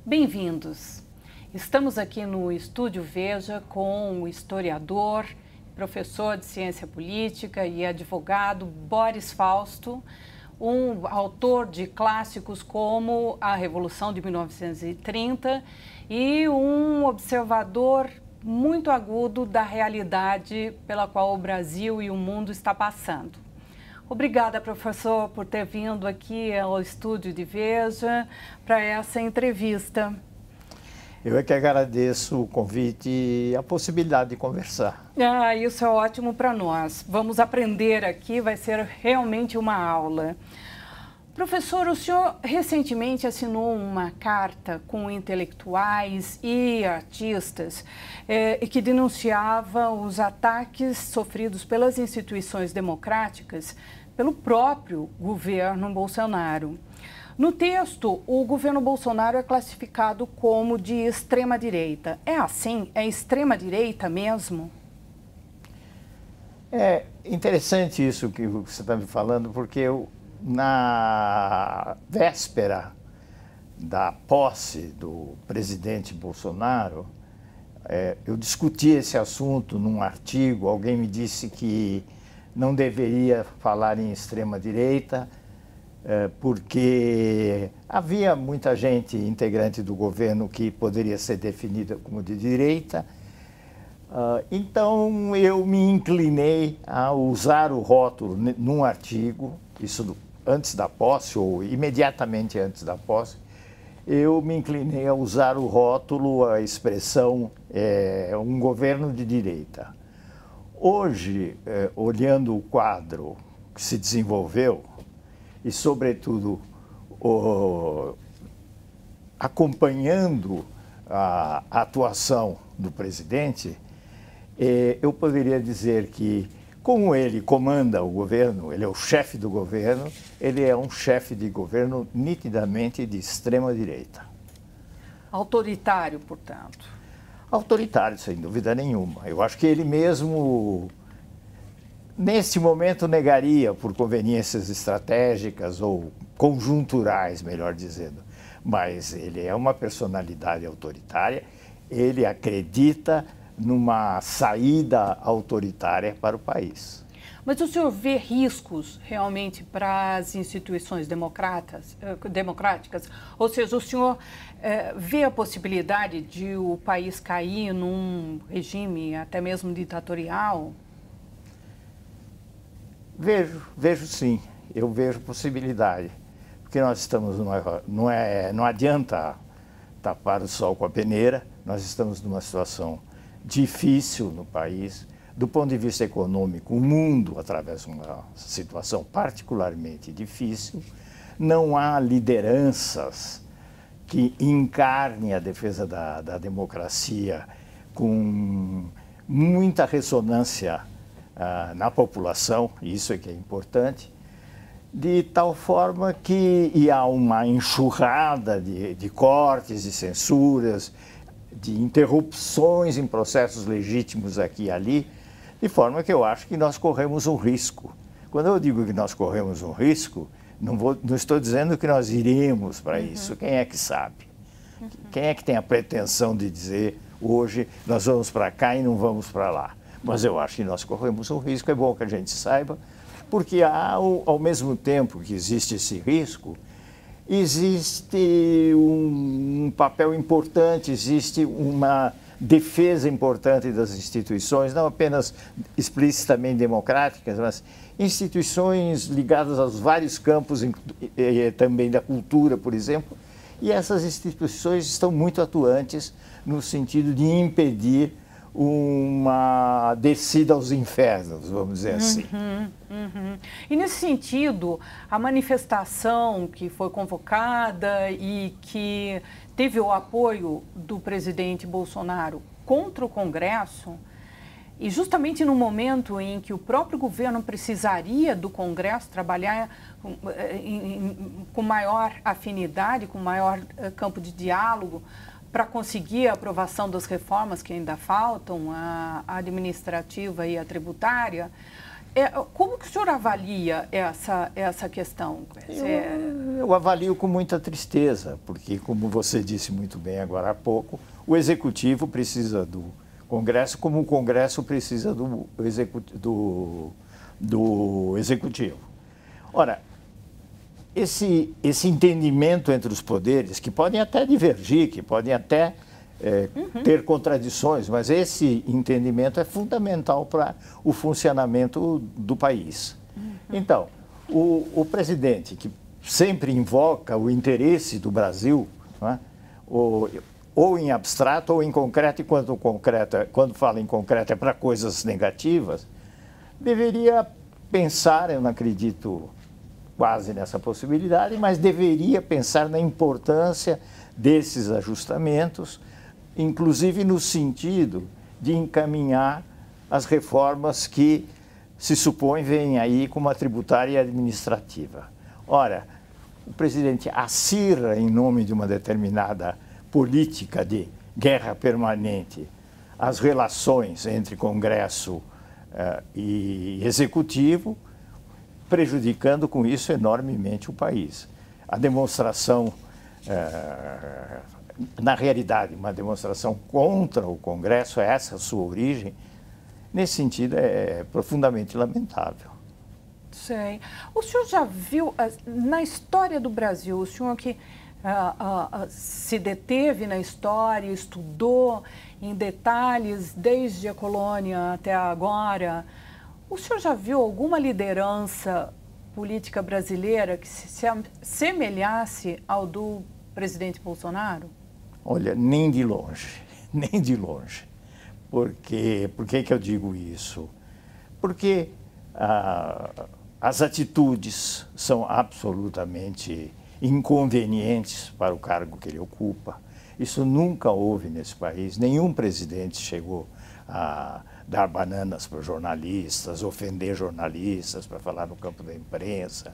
Bem-vindos. Estamos aqui no Estúdio Veja com o historiador, professor de ciência política e advogado Boris Fausto, um autor de clássicos como A Revolução de 1930 e um observador muito agudo da realidade pela qual o Brasil e o mundo está passando. Obrigada, professor, por ter vindo aqui ao Estúdio de Veja para essa entrevista. Eu é que agradeço o convite e a possibilidade de conversar. Isso é ótimo para nós. Vamos aprender aqui, vai ser realmente uma aula. Professor, o senhor recentemente assinou uma carta com intelectuais e artistas que denunciava os ataques sofridos pelas instituições democráticas pelo próprio governo Bolsonaro. No texto, o governo Bolsonaro é classificado como de extrema-direita. É assim? É extrema-direita mesmo? É interessante isso que você está me falando, porque na véspera da posse do presidente Bolsonaro, eu discuti esse assunto num artigo. Alguém me disse que não deveria falar em extrema-direita, porque havia muita gente integrante do governo que poderia ser definida como de direita. Então eu me inclinei a usar o rótulo num artigo, isso antes da posse ou imediatamente antes da posse. Eu me inclinei a usar o rótulo, a expressão um governo de direita. Hoje, olhando o quadro que se desenvolveu e, sobretudo, acompanhando a atuação do presidente, eu poderia dizer que, como ele comanda o governo, ele é o chefe do governo, ele é um chefe de governo nitidamente de extrema-direita. Autoritário, portanto. Autoritário, sem dúvida nenhuma. Eu acho que ele mesmo, nesse momento, negaria por conveniências estratégicas ou conjunturais, melhor dizendo. Mas ele é uma personalidade autoritária, ele acredita numa saída autoritária para o país. Mas o senhor vê riscos realmente para as instituições democráticas? Ou seja, o senhor vê a possibilidade de o país cair num regime até mesmo ditatorial? Vejo sim, eu vejo possibilidade. Porque nós estamos não adianta tapar o sol com a peneira, nós estamos numa situação difícil no país. Do ponto de vista econômico, o mundo atravessa uma situação particularmente difícil. Não há lideranças que encarnem a defesa da democracia com muita ressonância na população, isso é que é importante, de tal forma que há uma enxurrada de cortes, de censuras, de interrupções em processos legítimos aqui e ali, de forma que eu acho que nós corremos um risco. Quando eu digo que nós corremos um risco, não estou dizendo que nós iremos para isso. Quem é que sabe? Quem é que tem a pretensão de dizer hoje nós vamos para cá e não vamos para lá? Mas eu acho que nós corremos um risco, é bom que a gente saiba, porque ao mesmo tempo que existe esse risco, existe um papel importante, existe uma defesa importante das instituições, não apenas explicitamente democráticas, mas instituições ligadas aos vários campos, também da cultura, por exemplo, e essas instituições estão muito atuantes no sentido de impedir uma descida aos infernos, vamos dizer assim. E nesse sentido, a manifestação que foi convocada e que teve o apoio do presidente Bolsonaro contra o Congresso, e justamente no momento em que o próprio governo precisaria do Congresso trabalhar com maior afinidade, com maior campo de diálogo, para conseguir a aprovação das reformas que ainda faltam, a administrativa e a tributária, Como que o senhor avalia essa questão? Eu avalio com muita tristeza, porque, como você disse muito bem agora há pouco, o Executivo precisa do Congresso, como o Congresso precisa do Executivo. Ora, esse entendimento entre os poderes, que podem até divergir, que podem até ter contradições, mas esse entendimento é fundamental para o funcionamento do país. Então, o presidente, que sempre invoca o interesse do Brasil, né, ou em abstrato ou em concreto, e quando fala em concreto é para coisas negativas, deveria pensar, eu não acredito quase nessa possibilidade, mas deveria pensar na importância desses ajustamentos, inclusive no sentido de encaminhar as reformas que se supõe vêm aí como a tributária e a administrativa. Ora, o presidente acirra em nome de uma determinada política de guerra permanente as relações entre Congresso e Executivo, prejudicando com isso enormemente o país. A demonstração, na realidade, uma demonstração contra o Congresso, essa a sua origem, nesse sentido é profundamente lamentável. Sei. O senhor já viu, na história do Brasil, o senhor que se deteve na história, estudou em detalhes desde a colônia até agora, o senhor já viu alguma liderança política brasileira que se semelhasse ao do presidente Bolsonaro? Olha, nem de longe, nem de longe. Por que eu digo isso? Porque as atitudes são absolutamente inconvenientes para o cargo que ele ocupa. Isso nunca houve nesse país. Nenhum presidente chegou a dar bananas para jornalistas, ofender jornalistas para falar no campo da imprensa,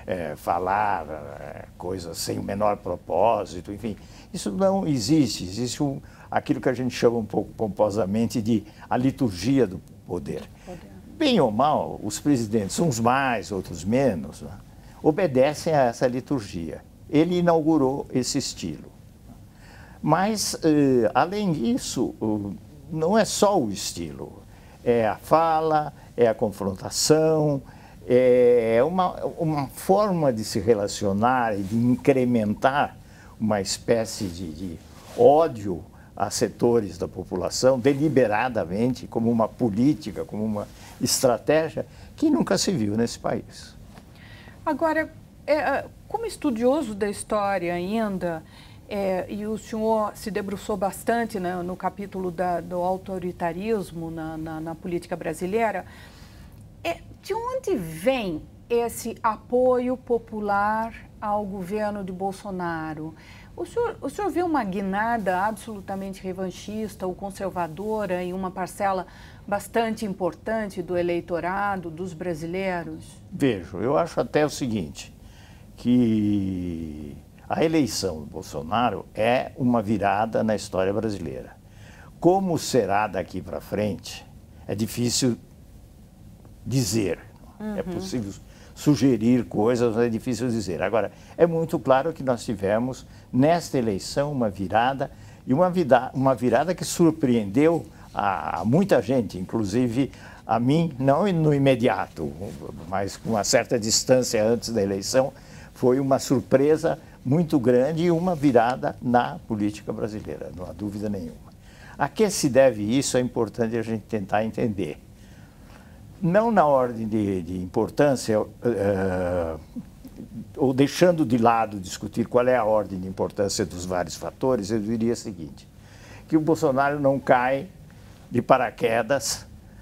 falar coisas sem o menor propósito, enfim. Isso não existe. Existe aquilo que a gente chama um pouco pomposamente de a liturgia do poder. Bem ou mal, os presidentes, uns mais, outros menos, né, obedecem a essa liturgia. Ele inaugurou esse estilo. Mas, além disso, não é só o estilo. É a fala, é a confrontação, é uma forma de se relacionar e de incrementar uma espécie de ódio a setores da população, deliberadamente, como uma política, como uma estratégia que nunca se viu nesse país. Agora, como estudioso da história ainda, e o senhor se debruçou bastante, né, no capítulo do autoritarismo na política brasileira, de onde vem esse apoio popular ao governo de Bolsonaro? O senhor vê uma guinada absolutamente revanchista ou conservadora em uma parcela bastante importante do eleitorado, dos brasileiros? Vejo, eu acho até o seguinte, que a eleição do Bolsonaro é uma virada na história brasileira. Como será daqui para frente, é difícil dizer. É possível sugerir coisas, mas é difícil dizer. Agora, é muito claro que nós tivemos, nesta eleição, uma virada, e uma virada que surpreendeu a muita gente, inclusive a mim, não no imediato, mas com uma certa distância antes da eleição, foi uma surpresa muito grande e uma virada na política brasileira, não há dúvida nenhuma. A que se deve isso é importante a gente tentar entender. Não na ordem de importância, ou deixando de lado discutir qual é a ordem de importância dos vários fatores, eu diria o seguinte, que o Bolsonaro não cai de paraquedas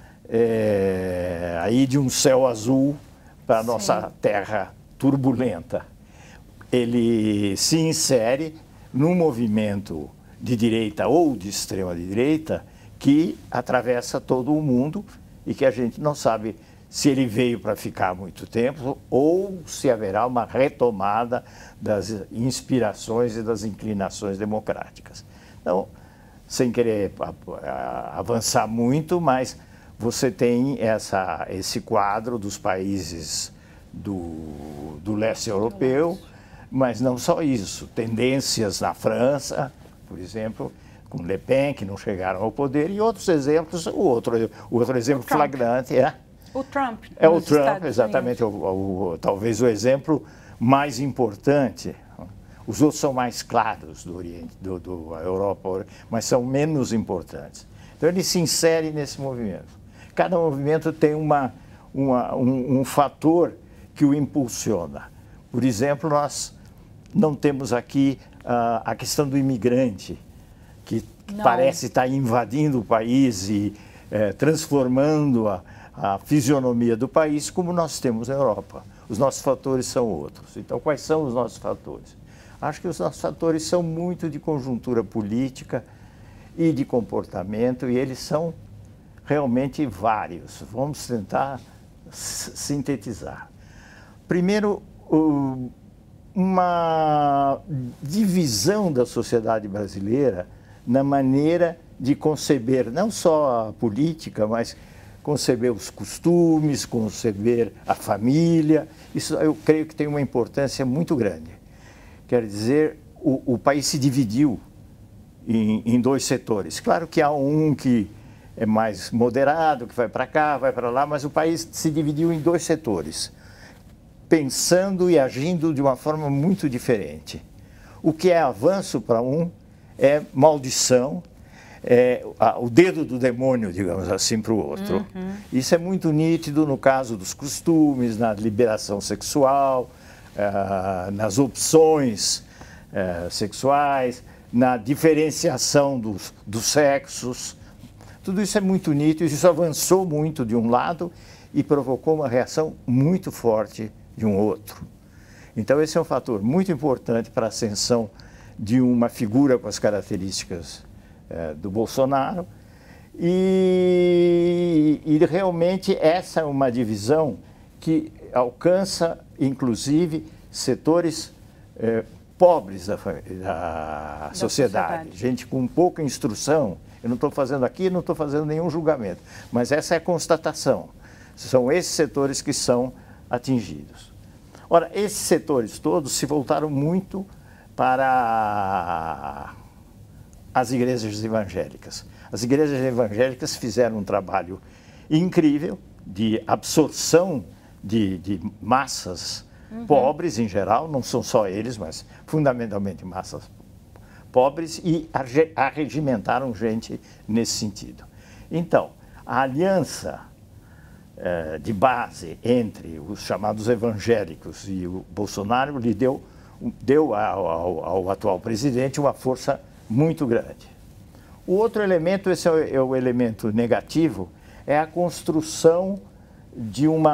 aí de um céu azul para a nossa terra turbulenta. Ele se insere num movimento de direita ou de extrema direita que atravessa todo o mundo e que a gente não sabe se ele veio para ficar muito tempo ou se haverá uma retomada das inspirações e das inclinações democráticas. Então, sem querer avançar muito, mas você tem esse quadro dos países do leste europeu, mas não só isso, tendências na França, por exemplo, com Le Pen, que não chegaram ao poder, e outros exemplos, o outro exemplo flagrante é... O Trump. É o Trump, exatamente, talvez o exemplo mais importante. Os outros são mais claros do Oriente, da Europa, mas são menos importantes. Então ele se insere nesse movimento. Cada movimento tem um fator que o impulsiona. Por exemplo, nós não temos aqui a questão do imigrante, que parece estar invadindo o país e transformando a fisionomia do país, como nós temos na Europa. Os nossos fatores são outros. Então, quais são os nossos fatores? Acho que os nossos fatores são muito de conjuntura política e de comportamento, e eles são realmente vários. Vamos tentar sintetizar. Primeiro, uma divisão da sociedade brasileira na maneira de conceber não só a política, mas conceber os costumes, conceber a família. Isso eu creio que tem uma importância muito grande. Quer dizer, o país se dividiu em dois setores. Claro que há um que é mais moderado, que vai para cá, vai para lá, mas o país se dividiu em dois setores, pensando e agindo de uma forma muito diferente. O que é avanço para um é maldição, o dedo do demônio, digamos assim, para o outro. Isso é muito nítido no caso dos costumes, na liberação sexual, nas opções sexuais, na diferenciação dos sexos. Tudo isso é muito nítido, isso avançou muito de um lado e provocou uma reação muito forte de um outro. Então esse é um fator muito importante para a ascensão de uma figura com as características do Bolsonaro e realmente essa é uma divisão que alcança inclusive setores pobres da sociedade, gente com pouca instrução. Eu não estou fazendo aqui, não estou fazendo nenhum julgamento, mas essa é a constatação. São esses setores que são atingidos. Ora, esses setores todos se voltaram muito para as igrejas evangélicas. As igrejas evangélicas fizeram um trabalho incrível de absorção de massas pobres em geral, não são só eles, mas fundamentalmente massas pobres, e arregimentaram gente nesse sentido. Então, a aliança de base entre os chamados evangélicos e o Bolsonaro lhe deu ao atual presidente uma força muito grande. O outro elemento, esse é o elemento negativo, é a construção de um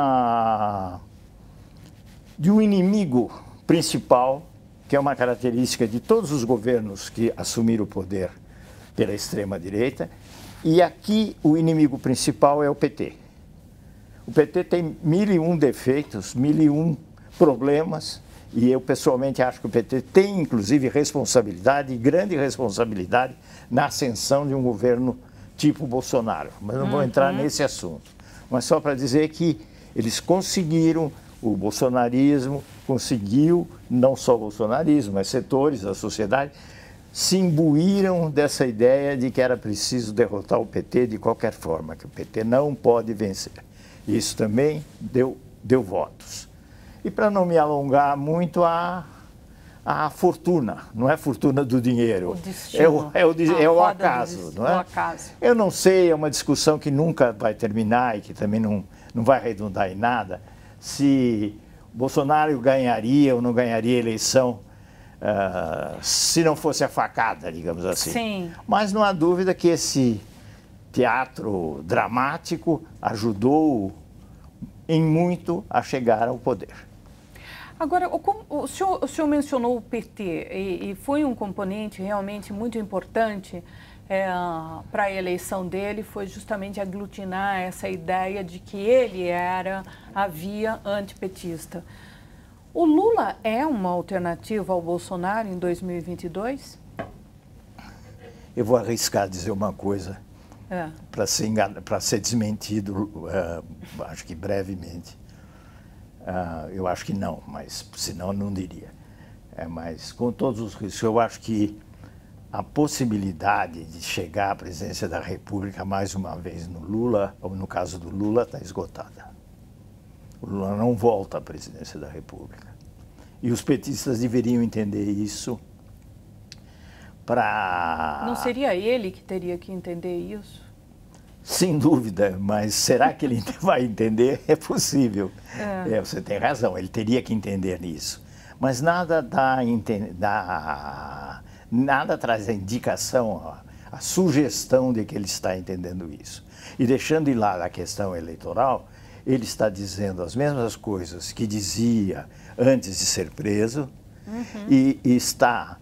inimigo principal, que é uma característica de todos os governos que assumiram o poder pela extrema-direita, e aqui o inimigo principal é o PT. O PT tem 1001 defeitos, 1001 problemas, e eu pessoalmente acho que o PT tem inclusive responsabilidade, grande responsabilidade, na ascensão de um governo tipo Bolsonaro. Mas não vou entrar nesse assunto. Mas só para dizer que eles conseguiram, o bolsonarismo conseguiu, não só o bolsonarismo, mas setores da sociedade, se imbuíram dessa ideia de que era preciso derrotar o PT de qualquer forma, que o PT não pode vencer. Isso também deu votos. E para não me alongar muito, a fortuna, não é a fortuna do dinheiro, o destino, é o acaso, não é? O acaso. Eu não sei, é uma discussão que nunca vai terminar e que também não vai redundar em nada, se Bolsonaro ganharia ou não ganharia a eleição se não fosse a facada, digamos assim. Sim. Mas não há dúvida que esse teatro dramático ajudou em muito a chegar ao poder. Agora, o senhor mencionou o PT e foi um componente realmente muito importante para a eleição dele, foi justamente aglutinar essa ideia de que ele era a via antipetista. O Lula é uma alternativa ao Bolsonaro em 2022? Eu vou arriscar dizer uma coisa para ser desmentido, acho que brevemente. Eu acho que não, mas senão eu não diria. Mas com todos os riscos, eu acho que a possibilidade de chegar à presidência da República mais uma vez no Lula, ou no caso do Lula, está esgotada. O Lula não volta à presidência da República. E os petistas deveriam entender isso para... Não seria ele que teria que entender isso? Sem dúvida, mas será que ele vai entender? É possível. Você tem razão, ele teria que entender isso. Mas nada nada traz a indicação, a sugestão de que ele está entendendo isso. E deixando de lado a questão eleitoral, ele está dizendo as mesmas coisas que dizia antes de ser preso e está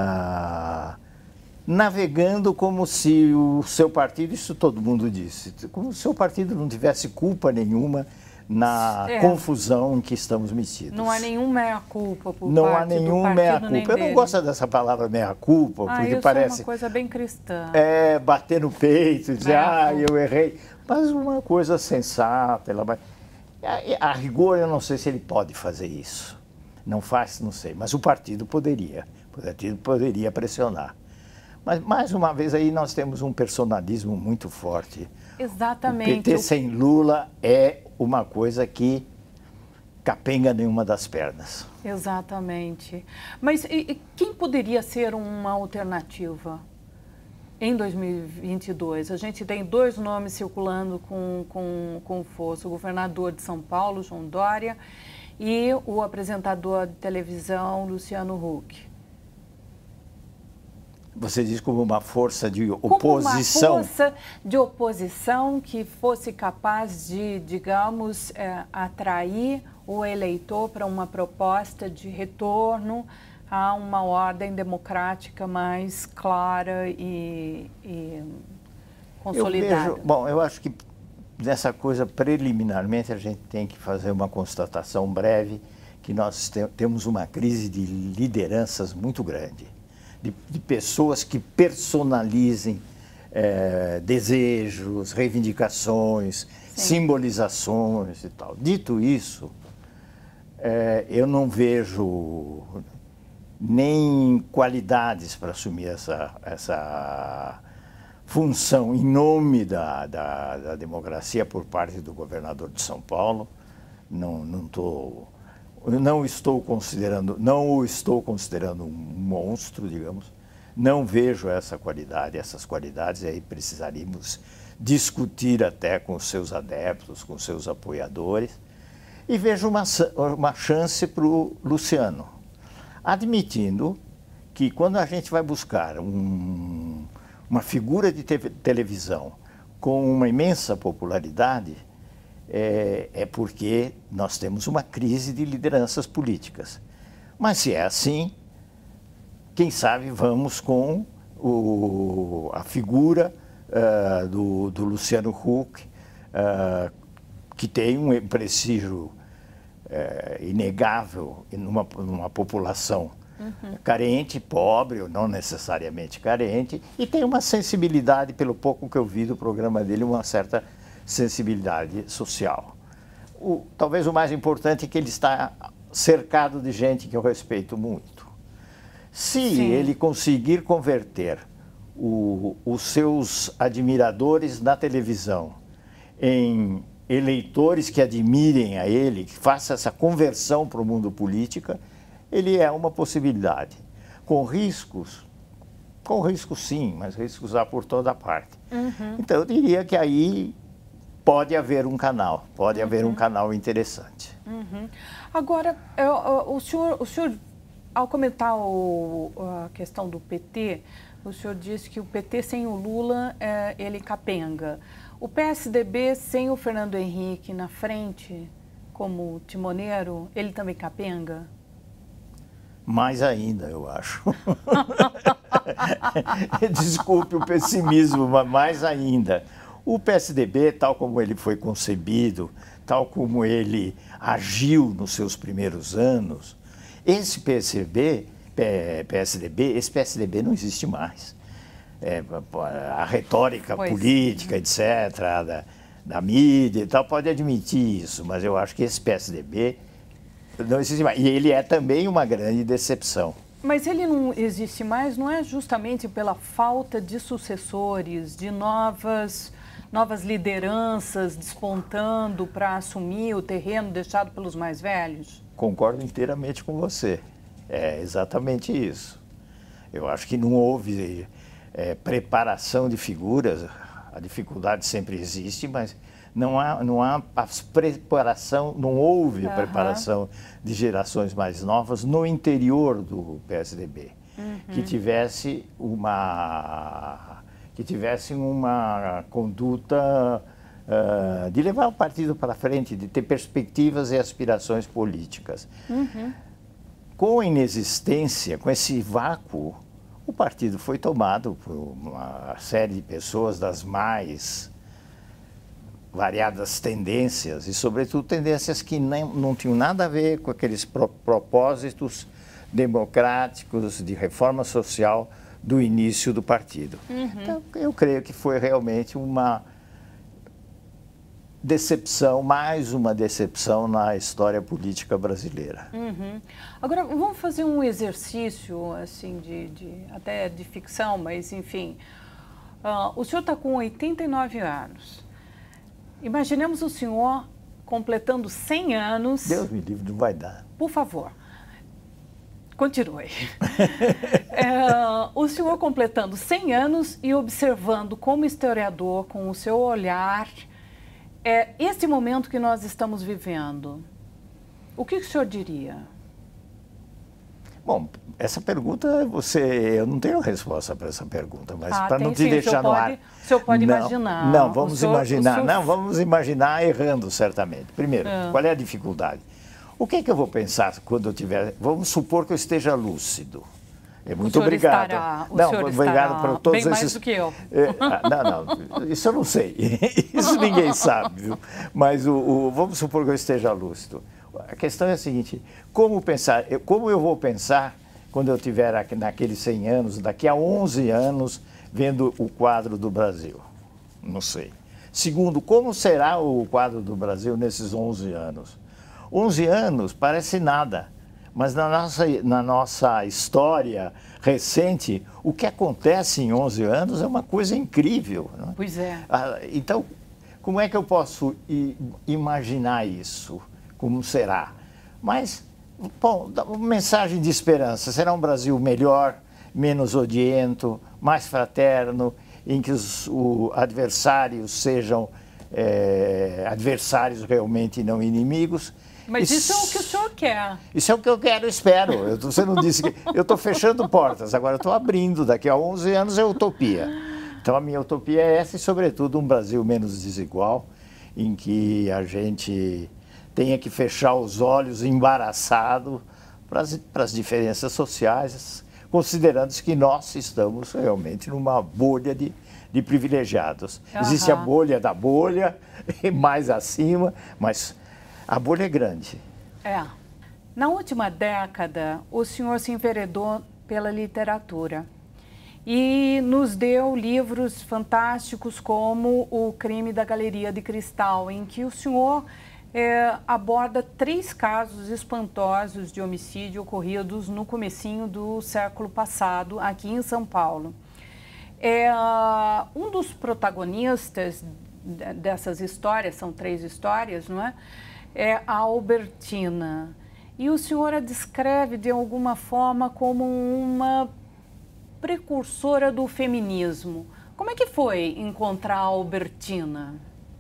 navegando como se o seu partido, isso todo mundo disse, como se o seu partido não tivesse culpa nenhuma na confusão em que estamos metidos. Não há nenhum meia-culpa por não parte há nenhum do partido, meia-culpa. Eu não gosto dessa palavra meia-culpa, porque isso parece... é uma coisa bem cristã. Bater no peito, dizer, eu errei. Mas uma coisa sensata. A rigor, eu não sei se ele pode fazer isso. Não faz, não sei. Mas o partido poderia. O partido poderia pressionar. Mas, mais uma vez, aí nós temos um personalismo muito forte. Exatamente. O PT sem Lula é uma coisa que capenga nenhuma das pernas. Exatamente. Mas quem poderia ser uma alternativa em 2022? A gente tem dois nomes circulando com força: o governador de São Paulo, João Dória, e o apresentador de televisão, Luciano Huck. Você diz como uma força de oposição? Como uma força de oposição que fosse capaz de, digamos, atrair o eleitor para uma proposta de retorno a uma ordem democrática mais clara e consolidada. Eu acho que nessa coisa, preliminarmente, a gente tem que fazer uma constatação breve que nós temos uma crise de lideranças muito grande. De pessoas que personalizem desejos, reivindicações, simbolizações e tal. Dito isso, eu não vejo nem qualidades para assumir essa função em nome da democracia por parte do governador de São Paulo. Não o estou considerando um monstro, digamos. Não vejo essas qualidades, e aí precisaríamos discutir até com os seus adeptos, com os seus apoiadores. E vejo uma chance para o Luciano, admitindo que quando a gente vai buscar uma figura de televisão com uma imensa popularidade, é porque nós temos uma crise de lideranças políticas. Mas se é assim, quem sabe vamos com a figura do Luciano Huck, que tem um prestígio inegável numa população carente, pobre, ou não necessariamente carente, e tem uma sensibilidade, pelo pouco que eu vi do programa dele, uma certa sensibilidade social. Talvez o mais importante é que ele está cercado de gente que eu respeito muito. Se ele conseguir converter os seus admiradores na televisão em eleitores que admirem a ele, que faça essa conversão para o mundo político, ele é uma possibilidade. Com riscos sim, mas riscos há por toda parte. Então eu diria que aí pode haver um canal, haver um canal interessante. Agora, o senhor, ao comentar a questão do PT, o senhor disse que o PT sem o Lula, ele capenga. O PSDB sem o Fernando Henrique na frente, como timoneiro, ele também capenga? Mais ainda, eu acho. Desculpe o pessimismo, mas mais ainda. O PSDB, tal como ele foi concebido, tal como ele agiu nos seus primeiros anos, esse PSDB não existe mais. a retórica política, etc., da mídia e tal, pode admitir isso, mas eu acho que esse PSDB não existe mais. E ele é também uma grande decepção. Mas ele não existe mais, não é justamente pela falta de sucessores, de novas lideranças despontando para assumir o terreno deixado pelos mais velhos? Concordo inteiramente com você. É exatamente isso. Eu acho que não houve preparação de figuras. A dificuldade sempre existe, mas não houve a preparação de gerações mais novas no interior do PSDB, que tivesse uma conduta de levar o partido para frente, de ter perspectivas e aspirações políticas. Com a inexistência, com esse vácuo, o partido foi tomado por uma série de pessoas das mais variadas tendências e, sobretudo, tendências que não tinham nada a ver com aqueles propósitos democráticos de reforma social do início do partido. Então, eu creio que foi realmente uma decepção, mais uma decepção na história política brasileira. Agora, vamos fazer um exercício, assim, até de ficção, mas, enfim. O senhor está com 89 anos. Imaginemos o senhor completando 100 anos... Deus me livre, não vai dar. Por favor, continue. O senhor completando 100 anos e observando como historiador, com o seu olhar, esse momento que nós estamos vivendo, o que o senhor diria? Bom, essa pergunta, eu não tenho resposta para essa pergunta, mas para não te deixar no ar... O senhor pode imaginar. Não, vamos imaginar. Não, vamos imaginar errando, certamente. Primeiro, qual é a dificuldade? O que é que eu vou pensar quando eu tiver... Vamos supor que eu esteja lúcido. Muito obrigado. Obrigado por todos bem mais do que eu. Não, isso eu não sei. Isso ninguém sabe, viu? Mas vamos supor que eu esteja lúcido. A questão é a seguinte: como eu vou pensar quando eu estiver naqueles 100 anos, daqui a 11 anos, vendo o quadro do Brasil? Não sei. Segundo, como será o quadro do Brasil nesses 11 anos? 11 anos parece nada. Mas na nossa história recente, o que acontece em 11 anos é uma coisa incrível. Não é? Pois é. Então, como é que eu posso imaginar isso? Como será? Mas, bom, uma mensagem de esperança. Será um Brasil melhor, menos odiento, mais fraterno, em que os adversários sejam adversários realmente e não inimigos. Mas isso é o que o senhor quer. Isso é o que eu quero, espero. Você não disse que... Eu estou fechando portas, agora eu estou abrindo. Daqui a 11 anos é utopia. Então a minha utopia é essa e, sobretudo, um Brasil menos desigual, em que a gente tenha que fechar os olhos embaraçado para as diferenças sociais, considerando que nós estamos realmente numa bolha de privilegiados. Existe a bolha da bolha, mais acima, mas... a bolha é grande. Na última década, o senhor se enveredou pela literatura e nos deu livros fantásticos como O Crime da Galeria de Cristal, em que o senhor aborda 3 casos espantosos de homicídio ocorridos no comecinho do século passado, aqui em São Paulo. Um dos protagonistas dessas histórias, são 3 histórias, não é? É a Albertina. E o senhor a descreve de alguma forma como uma precursora do feminismo. Como é que foi encontrar a Albertina?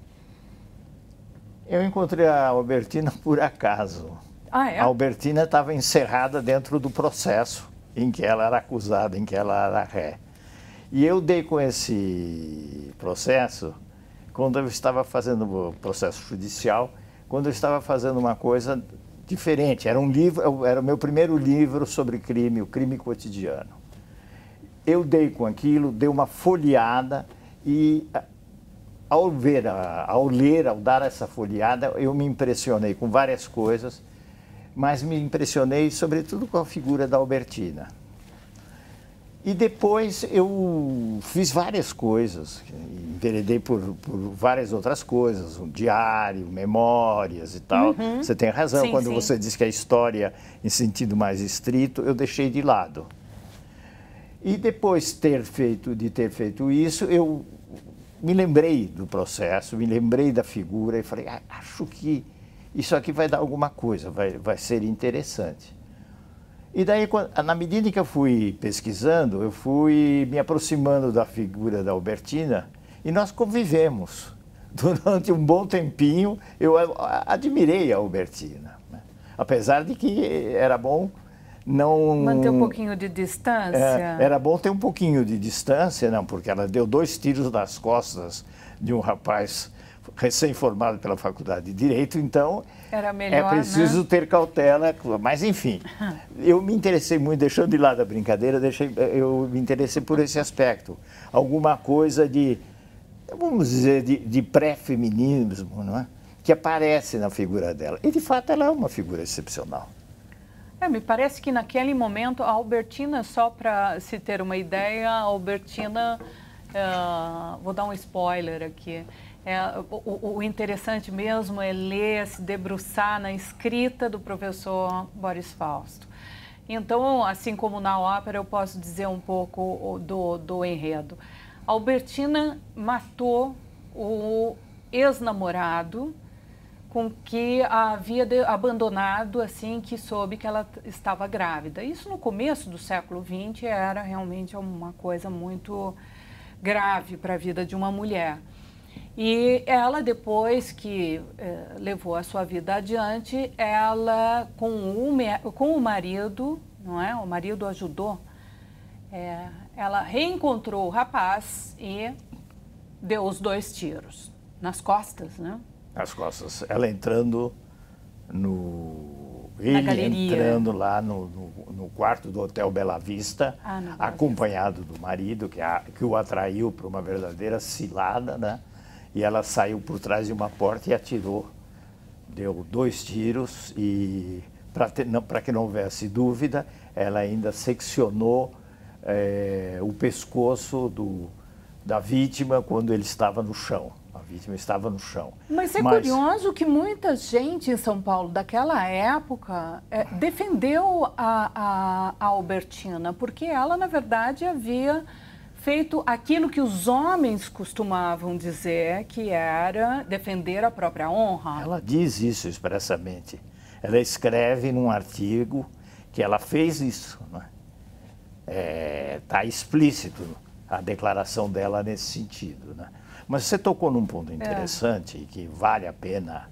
Eu encontrei a Albertina por acaso. A Albertina estava encerrada dentro do processo em que ela era acusada, em que ela era ré. E eu dei com esse processo quando eu estava fazendo o processo judicial, quando eu estava fazendo uma coisa diferente. Era um livro, era o meu primeiro livro sobre crime, o crime cotidiano. Eu dei com aquilo, dei uma folheada e ao ler, ao dar essa folheada, eu me impressionei com várias coisas, mas me impressionei sobretudo com a figura da Albertina. E depois eu fiz várias coisas, enveredei por várias outras coisas, um diário, memórias e tal. Você tem razão, Sim, quando sim. você diz que a história, em sentido mais estrito, eu deixei de lado. E depois de ter feito isso, eu me lembrei do processo, me lembrei da figura e falei, acho que isso aqui vai dar alguma coisa, vai ser interessante. E daí, na medida em que eu fui pesquisando, eu fui me aproximando da figura da Albertina e nós convivemos. Durante um bom tempinho, eu admirei a Albertina, né? Apesar de que era bom não... Manter um pouquinho de distância? Era bom ter um pouquinho de distância, não, porque ela deu 2 tiros nas costas de um rapaz recém-formado pela Faculdade de Direito, então era melhor, é preciso, né, ter cautela. Mas, enfim, eu me interessei muito, deixando de lado a brincadeira, eu me interessei por esse aspecto. Alguma coisa de, vamos dizer, de pré-feminismo, não é? Que aparece na figura dela. E, de fato, ela é uma figura excepcional. Me parece que naquele momento a Albertina, só para se ter uma ideia, a Albertina, vou dar um spoiler aqui, o interessante mesmo é ler, se debruçar na escrita do professor Boris Fausto. Então, assim como na ópera, eu posso dizer um pouco do enredo. A Albertina matou o ex-namorado com que a havia abandonado assim que soube que ela estava grávida. Isso no começo do século XX era realmente uma coisa muito grave para a vida de uma mulher. E ela, depois que levou a sua vida adiante, ela, com o marido, não é? O marido ajudou, ela reencontrou o rapaz e deu os 2 tiros nas costas, né? Nas costas. Ela entrando na galeria. Entrando lá no quarto do Hotel Bela Vista, acompanhado do marido, que o atraiu para uma verdadeira cilada, né? E ela saiu por trás de uma porta e atirou. Deu 2 tiros e, para que não houvesse dúvida, ela ainda seccionou o pescoço da vítima quando ele estava no chão. A vítima estava no chão. Mas é curioso que muita gente em São Paulo daquela época defendeu a Albertina, porque ela, na verdade, havia feito aquilo que os homens costumavam dizer, que era defender a própria honra. Ela diz isso expressamente. Ela escreve num artigo que ela fez isso, né? Está explícito a declaração dela nesse sentido, né? Mas você tocou num ponto interessante e que vale a pena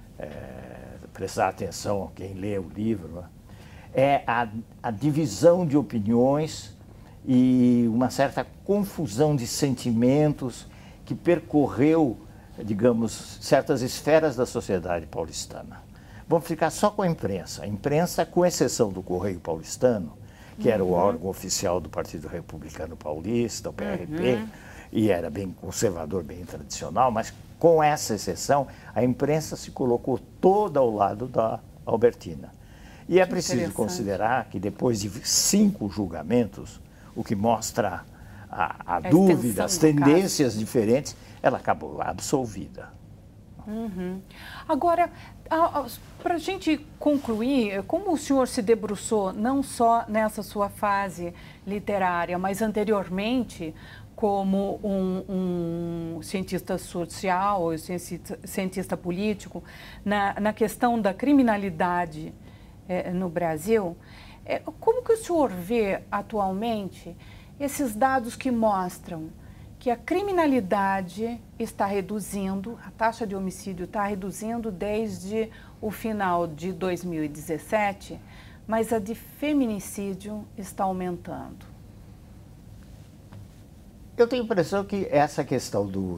prestar atenção quem lê o livro, né? É a divisão de opiniões e uma certa confusão de sentimentos que percorreu, digamos, certas esferas da sociedade paulistana. Vamos ficar só com a imprensa. A imprensa, com exceção do Correio Paulistano, que era o órgão oficial do Partido Republicano Paulista, o PRP, e era bem conservador, bem tradicional, mas com essa exceção, a imprensa se colocou toda ao lado da Albertina. E é preciso considerar que depois de 5 julgamentos, o que mostra a dúvida, as tendências diferentes, ela acabou absolvida. Agora, para a gente concluir, como o senhor se debruçou não só nessa sua fase literária, mas anteriormente como um cientista social, cientista político, na questão da criminalidade no Brasil, como que o senhor vê atualmente esses dados que mostram que a criminalidade está reduzindo, a taxa de homicídio está reduzindo desde o final de 2017, mas a de feminicídio está aumentando? Eu tenho a impressão que essa questão do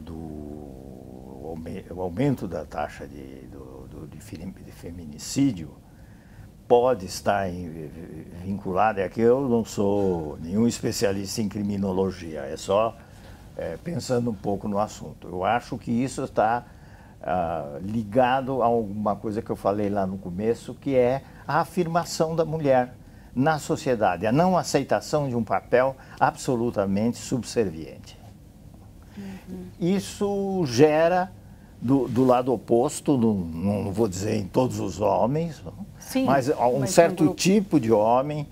aumento da taxa de feminicídio pode estar vinculada, é que eu não sou nenhum especialista em criminologia, é só pensando um pouco no assunto. Eu acho que isso está ligado a alguma coisa que eu falei lá no começo, que é a afirmação da mulher na sociedade, a não aceitação de um papel absolutamente subserviente. Isso gera, do lado oposto, não vou dizer em todos os homens, sim, mas um certo tipo de homem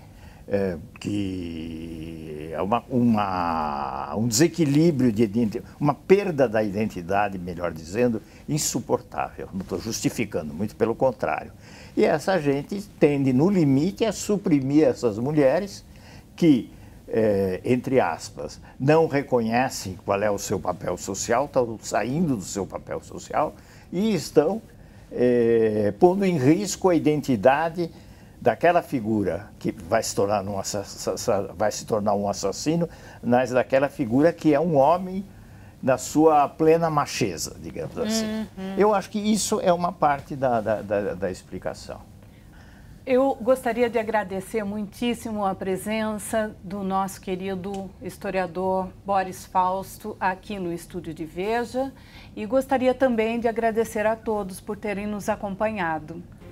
que é um desequilíbrio de identidade, uma perda da identidade, melhor dizendo, insuportável. Não estou justificando, muito pelo contrário. E essa gente tende, no limite, a suprimir essas mulheres que, entre aspas, não reconhecem qual é o seu papel social, estão saindo do seu papel social e estão pondo em risco a identidade daquela figura que vai se tornar um assassino, mas daquela figura que é um homem na sua plena macheza, digamos assim. Eu acho que isso é uma parte da explicação. Eu gostaria de agradecer muitíssimo a presença do nosso querido historiador Boris Fausto aqui no Estúdio de Veja e gostaria também de agradecer a todos por terem nos acompanhado.